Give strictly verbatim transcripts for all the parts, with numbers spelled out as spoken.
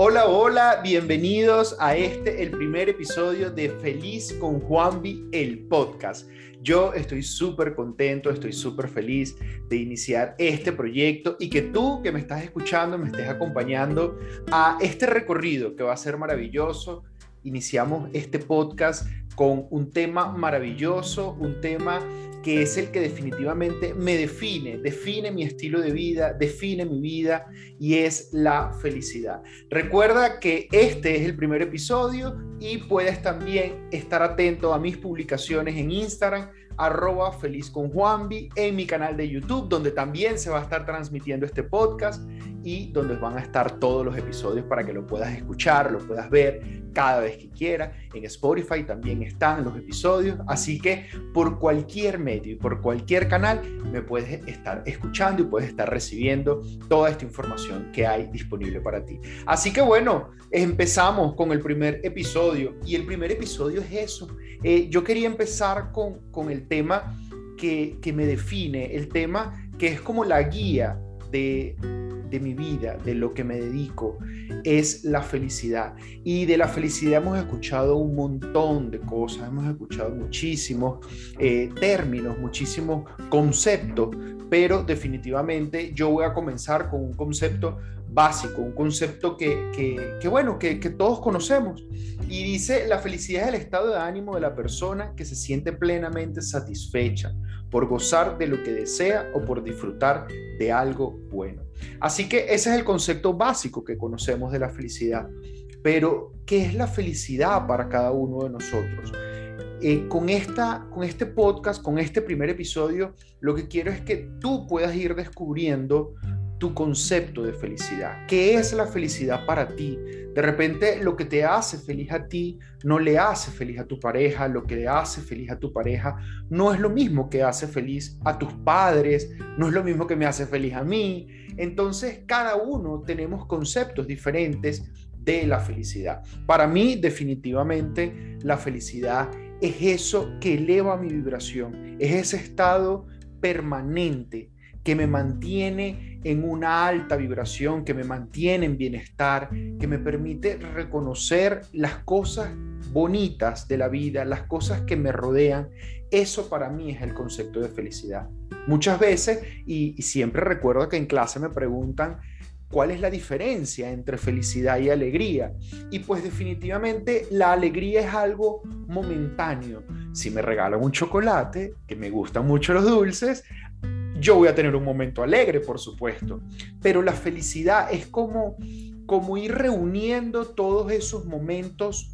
Hola, hola, bienvenidos a este, el primer episodio de Feliz con Juanvi, el podcast. Yo estoy súper contento, estoy súper feliz de iniciar este proyecto y que tú que me estás escuchando me estés acompañando a este recorrido que va a ser maravilloso. Iniciamos este podcast con un tema maravilloso, un tema que es el que definitivamente me define, define mi estilo de vida, define mi vida y es la felicidad. Recuerda que este es el primer episodio y puedes también estar atento a mis publicaciones en Instagram, arroba feliz con Juanvi, en mi canal de YouTube, donde también se va a estar transmitiendo este podcast y donde van a estar todos los episodios para que lo puedas escuchar, lo puedas ver cada vez que quieras. En Spotify también están los episodios, así que por cualquier medio y por cualquier canal me puedes estar escuchando y puedes estar recibiendo toda esta información que hay disponible para ti. Así que bueno, empezamos con el primer episodio y el primer episodio es eso. Eh, yo quería empezar con, con el tema que, que me define, el tema que es como la guía de, de mi vida, de lo que me dedico, es la felicidad. Y de la felicidad hemos escuchado un montón de cosas, hemos escuchado muchísimos eh, términos, muchísimos conceptos, pero definitivamente yo voy a comenzar con un concepto básico, un concepto que, que, que bueno, que, que todos conocemos. Y dice, la felicidad es el estado de ánimo de la persona que se siente plenamente satisfecha por gozar de lo que desea o por disfrutar de algo bueno. Así que ese es el concepto básico que conocemos de la felicidad. Pero, ¿qué es la felicidad para cada uno de nosotros? Eh, con, esta, con este podcast, con este primer episodio, lo que quiero es que tú puedas ir descubriendo tu concepto de felicidad. ¿Qué es la felicidad para ti? De repente lo que te hace feliz a ti no le hace feliz a tu pareja, lo que le hace feliz a tu pareja no es lo mismo que hace feliz a tus padres, no es lo mismo que me hace feliz a mí. Entonces cada uno tenemos conceptos diferentes de la felicidad. Para mí definitivamente la felicidad es eso que eleva mi vibración, es ese estado permanente que me mantiene en una alta vibración, que me mantiene en bienestar, que me permite reconocer las cosas bonitas de la vida, las cosas que me rodean. Eso para mí es el concepto de felicidad. Muchas veces, y, y siempre recuerdo que en clase me preguntan cuál es la diferencia entre felicidad y alegría. Y pues definitivamente la alegría es algo momentáneo. Si me regalan un chocolate, que me gustan mucho los dulces, yo voy a tener un momento alegre, por supuesto, pero la felicidad es como, como ir reuniendo todos esos momentos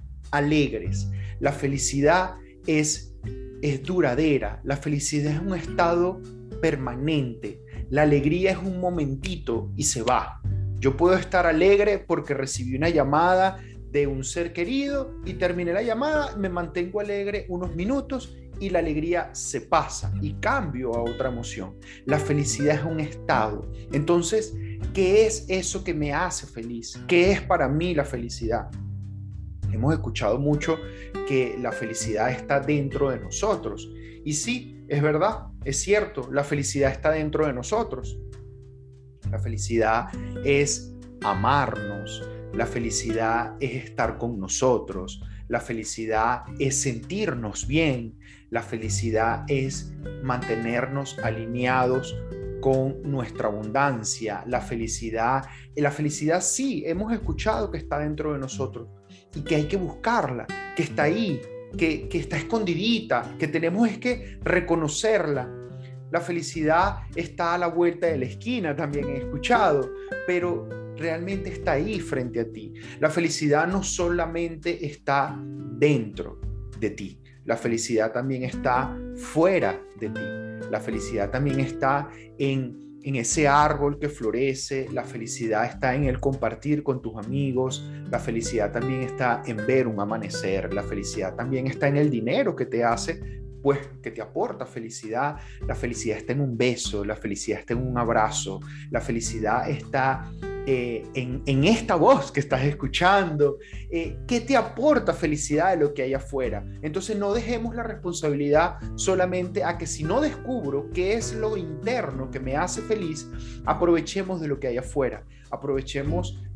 alegres. La felicidad es, es duradera, la felicidad es un estado permanente, la alegría es un momentito y se va. Yo puedo estar alegre porque recibí una llamada de un ser querido y terminé la llamada, me mantengo alegre unos minutos y la alegría se pasa y cambio a otra emoción. La felicidad es un estado. Entonces, ¿qué es eso que me hace feliz? ¿Qué es para mí la felicidad? Hemos escuchado mucho que la felicidad está dentro de nosotros. Y sí, es verdad, es cierto, la felicidad está dentro de nosotros. La felicidad es amarnos. La felicidad es estar con nosotros. La felicidad es sentirnos bien. La felicidad es mantenernos alineados con nuestra abundancia. La felicidad, la felicidad sí, hemos escuchado que está dentro de nosotros y que hay que buscarla, que está ahí, que, que está escondidita, que tenemos es que reconocerla. La felicidad está a la vuelta de la esquina, también he escuchado, pero realmente está ahí frente a ti. La felicidad no solamente está dentro de ti, la felicidad también está fuera de ti. La felicidad también está en, en ese árbol que florece, la felicidad está en el compartir con tus amigos, la felicidad también está en ver un amanecer, la felicidad también está en el dinero que te hace pues que te aporta felicidad. La felicidad está en un beso, la felicidad está en un abrazo, la felicidad está eh, en, en esta voz que estás escuchando. Eh, ¿qué te aporta felicidad de lo que hay afuera? Entonces no dejemos la responsabilidad solamente a que si no descubro qué es lo interno que me hace feliz, aprovechemos de lo que hay afuera, aprovechemos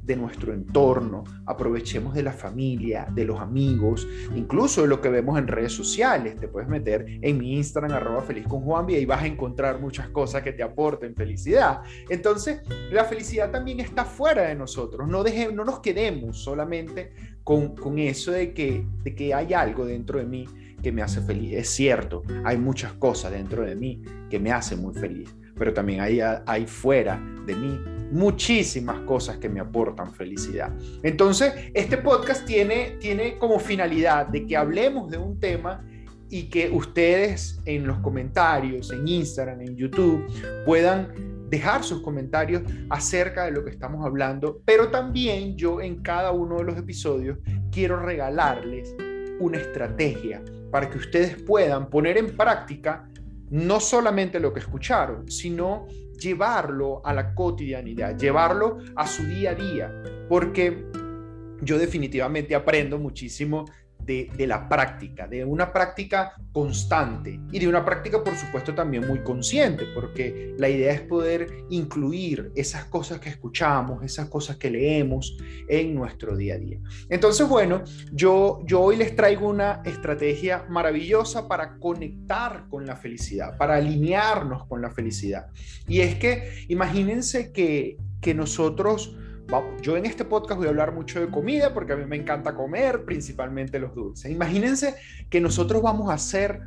de nuestro entorno, aprovechemos de la familia, de los amigos, incluso de lo que vemos en redes sociales. Te puedes meter en mi Instagram, arroba feliz con Juanvi, y ahí vas a encontrar muchas cosas que te aporten felicidad. Entonces, la felicidad también está fuera de nosotros. No, deje, no nos quedemos solamente con, con eso de que, de que hay algo dentro de mí que me hace feliz. Es cierto, hay muchas cosas dentro de mí que me hacen muy feliz, pero también hay, hay fuera de mí muchísimas cosas que me aportan felicidad. Entonces, este podcast tiene, tiene como finalidad de que hablemos de un tema y que ustedes en los comentarios, en Instagram, en YouTube, puedan dejar sus comentarios acerca de lo que estamos hablando, pero también yo en cada uno de los episodios quiero regalarles una estrategia para que ustedes puedan poner en práctica no solamente lo que escucharon, sino llevarlo a la cotidianidad, llevarlo a su día a día, porque yo definitivamente aprendo muchísimo de, de la práctica, de una práctica constante y de una práctica, por supuesto, también muy consciente, porque la idea es poder incluir esas cosas que escuchamos, esas cosas que leemos en nuestro día a día. Entonces, bueno, yo, yo hoy les traigo una estrategia maravillosa para conectar con la felicidad, para alinearnos con la felicidad. Y es que imagínense que, que nosotros... Yo en este podcast voy a hablar mucho de comida porque a mí me encanta comer, principalmente los dulces. Imagínense que nosotros vamos a hacer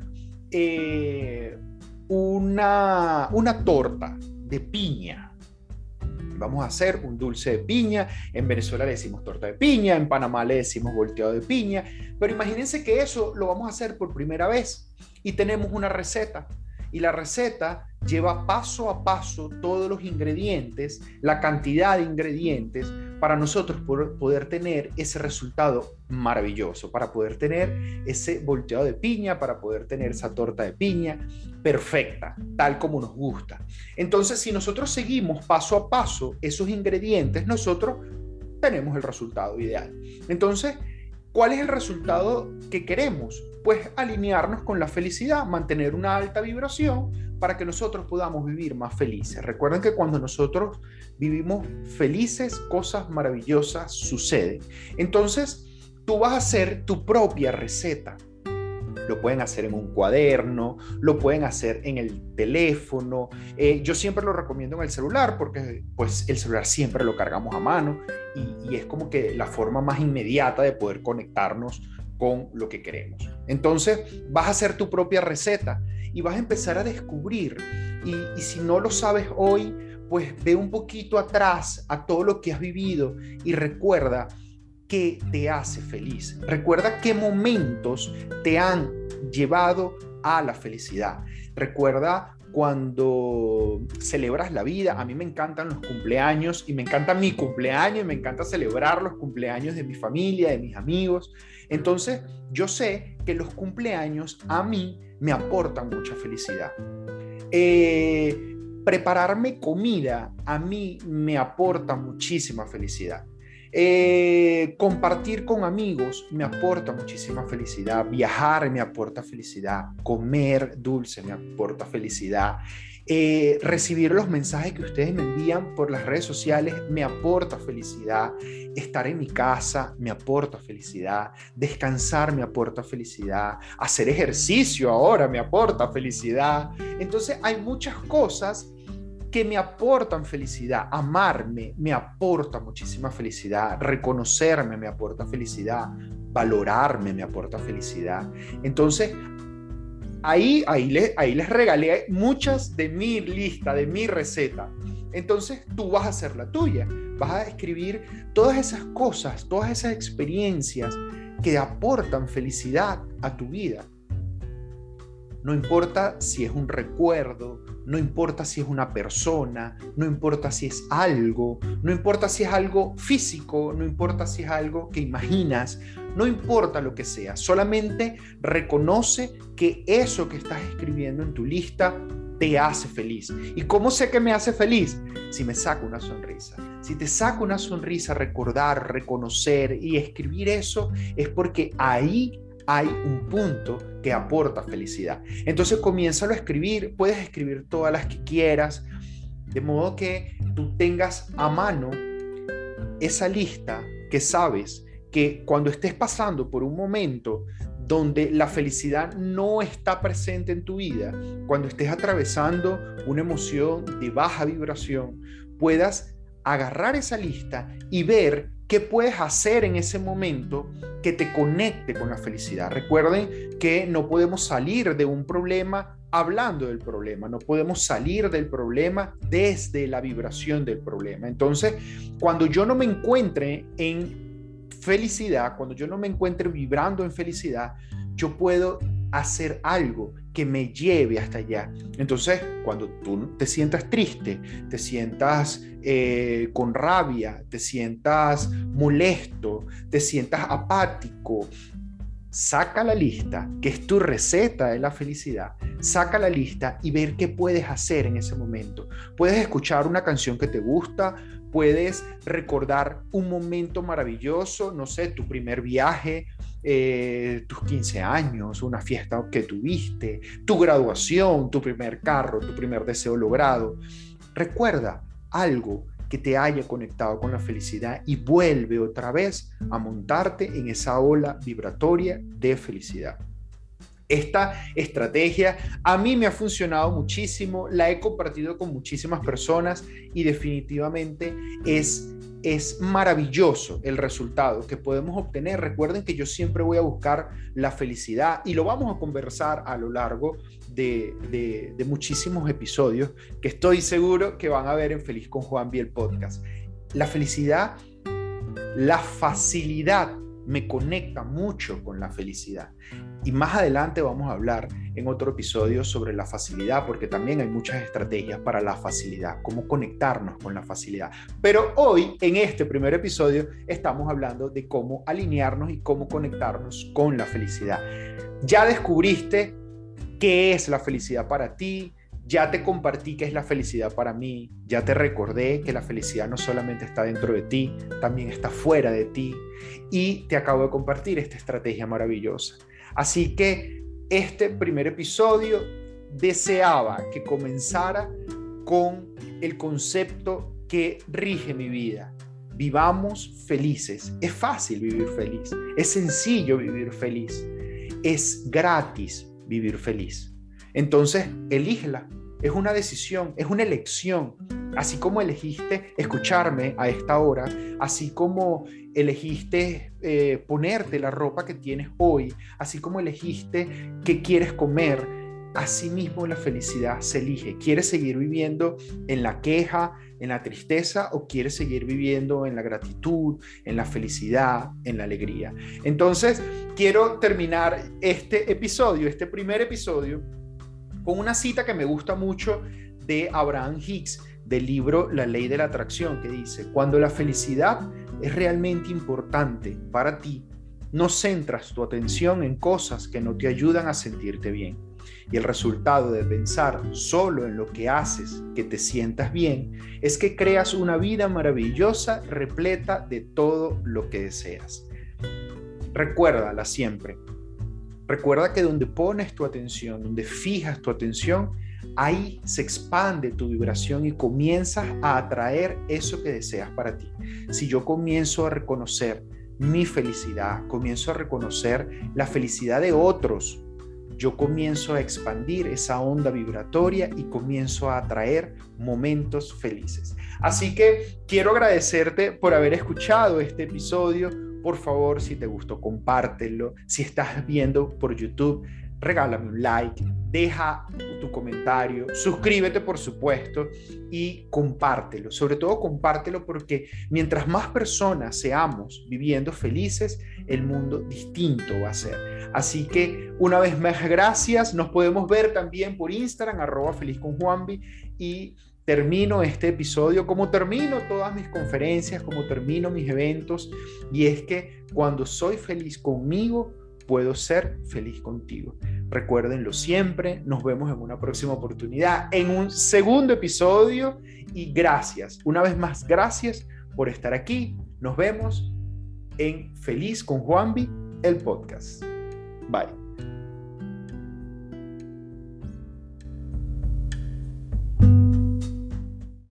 eh, una, una torta de piña. Vamos a hacer un dulce de piña. En Venezuela le decimos torta de piña, en Panamá le decimos volteado de piña. Pero imagínense que eso lo vamos a hacer por primera vez y tenemos una receta. Y la receta lleva paso a paso todos los ingredientes, la cantidad de ingredientes para nosotros poder tener ese resultado maravilloso, para poder tener ese volteado de piña, para poder tener esa torta de piña perfecta, tal como nos gusta. Entonces, si nosotros seguimos paso a paso esos ingredientes, nosotros tenemos el resultado ideal. Entonces, ¿cuál es el resultado que queremos? Pues alinearnos con la felicidad, mantener una alta vibración para que nosotros podamos vivir más felices. Recuerden que cuando nosotros vivimos felices, cosas maravillosas suceden. Entonces, tú vas a hacer tu propia receta. Lo pueden hacer en un cuaderno, lo pueden hacer en el teléfono. Eh, yo siempre lo recomiendo en el celular porque pues, el celular siempre lo cargamos a mano y, y es como que la forma más inmediata de poder conectarnos con lo que queremos. Entonces, vas a hacer tu propia receta y vas a empezar a descubrir. Y, y si no lo sabes hoy, pues ve un poquito atrás a todo lo que has vivido y recuerda qué te hace feliz. Recuerda qué momentos te han llevado a la felicidad. Recuerda cuando celebras la vida. A mí me encantan los cumpleaños y me encanta mi cumpleaños y me encanta celebrar los cumpleaños de mi familia, de mis amigos. Entonces, yo sé que los cumpleaños a mí me aportan mucha felicidad. Eh, prepararme comida a mí me aporta muchísima felicidad. Eh, compartir con amigos me aporta muchísima felicidad. Viajar me aporta felicidad. Comer dulce me aporta felicidad. Eh, recibir los mensajes que ustedes me envían por las redes sociales me aporta felicidad. Estar en mi casa me aporta felicidad. Descansar me aporta felicidad. Hacer ejercicio ahora me aporta felicidad. Entonces hay muchas cosas que me aportan felicidad. Amarme me aporta muchísima felicidad. Reconocerme me aporta felicidad. Valorarme me aporta felicidad. Entonces, ahí, ahí, les, ahí les regalé muchas de mi lista, de mi receta. Entonces, tú vas a hacer la tuya. Vas a escribir todas esas cosas, todas esas experiencias que aportan felicidad a tu vida. No importa si es un recuerdo, no importa si es una persona, no importa si es algo, no importa si es algo físico, no importa si es algo que imaginas, no importa lo que sea, solamente reconoce que eso que estás escribiendo en tu lista te hace feliz. ¿Y cómo sé que me hace feliz? Si me saco una sonrisa. Si te saco una sonrisa, recordar, reconocer y escribir eso es porque ahí hay un punto que aporta felicidad. Entonces comiénzalo a escribir, puedes escribir todas las que quieras, de modo que tú tengas a mano esa lista que sabes que cuando estés pasando por un momento donde la felicidad no está presente en tu vida, cuando estés atravesando una emoción de baja vibración, puedas agarrar esa lista y ver qué puedes hacer en ese momento que te conecte con la felicidad. Recuerden que no podemos salir de un problema hablando del problema, no podemos salir del problema desde la vibración del problema. Entonces, cuando yo no me encuentre en felicidad, cuando yo no me encuentre vibrando en felicidad, yo puedo hacer algo que me lleve hasta allá. Entonces, cuando tú te sientas triste, te sientas eh, con rabia, te sientas molesto, te sientas apático, saca la lista, que es tu receta de la felicidad, saca la lista y ver qué puedes hacer en ese momento. Puedes escuchar una canción que te gusta, puedes recordar un momento maravilloso, no sé, tu primer viaje, eh, tus quince años, una fiesta que tuviste, tu graduación, tu primer carro, tu primer deseo logrado. Recuerda algo que te haya conectado con la felicidad y vuelve otra vez a montarte en esa ola vibratoria de felicidad. Esta estrategia a mí me ha funcionado muchísimo, la he compartido con muchísimas personas y definitivamente es, es maravilloso el resultado que podemos obtener. Recuerden que yo siempre voy a buscar la felicidad y lo vamos a conversar a lo largo de, de, de muchísimos episodios que estoy seguro que van a ver en Feliz con Juanvi, el podcast. La felicidad, la facilidad me conecta mucho con la felicidad. Y más adelante vamos a hablar en otro episodio sobre la facilidad, porque también hay muchas estrategias para la facilidad, cómo conectarnos con la facilidad. Pero hoy, en este primer episodio, estamos hablando de cómo alinearnos y cómo conectarnos con la felicidad. Ya descubriste qué es la felicidad para ti, ya te compartí qué es la felicidad para mí, ya te recordé que la felicidad no solamente está dentro de ti, también está fuera de ti, y te acabo de compartir esta estrategia maravillosa. Así que este primer episodio deseaba que comenzara con el concepto que rige mi vida. Vivamos felices. Es fácil vivir feliz, es sencillo vivir feliz, es gratis vivir feliz. Entonces, elígela. Es una decisión, es una elección. Así como elegiste escucharme a esta hora, así como elegiste eh, ponerte la ropa que tienes hoy, así como elegiste qué quieres comer, así mismo la felicidad se elige. ¿Quieres seguir viviendo en la queja, en la tristeza, o quieres seguir viviendo en la gratitud, en la felicidad, en la alegría? Entonces, quiero terminar este episodio, este primer episodio, con una cita que me gusta mucho de Abraham Hicks, del libro La Ley de la Atracción, que dice: cuando la felicidad es realmente importante para ti, no centras tu atención en cosas que no te ayudan a sentirte bien. Y el resultado de pensar solo en lo que haces que te sientas bien es que creas una vida maravillosa repleta de todo lo que deseas. Recuérdala siempre. Recuerda que donde pones tu atención, donde fijas tu atención, ahí se expande tu vibración y comienzas a atraer eso que deseas para ti. Si yo comienzo a reconocer mi felicidad, comienzo a reconocer la felicidad de otros, yo comienzo a expandir esa onda vibratoria y comienzo a atraer momentos felices. Así que quiero agradecerte por haber escuchado este episodio. Por favor, si te gustó, compártelo. Si estás viendo por YouTube, regálame un like, deja tu comentario, suscríbete por supuesto y compártelo. Sobre todo compártelo porque mientras más personas seamos viviendo felices, el mundo distinto va a ser. Así que una vez más, gracias. Nos podemos ver también por Instagram, arroba feliz con Juanvi, y termino este episodio como termino todas mis conferencias, como termino mis eventos, y es que cuando soy feliz conmigo, puedo ser feliz contigo. Recuérdenlo siempre. Nos vemos en una próxima oportunidad, en un segundo episodio, y gracias. Una vez más, gracias por estar aquí. Nos vemos en Feliz con Juanvi, el podcast. Bye.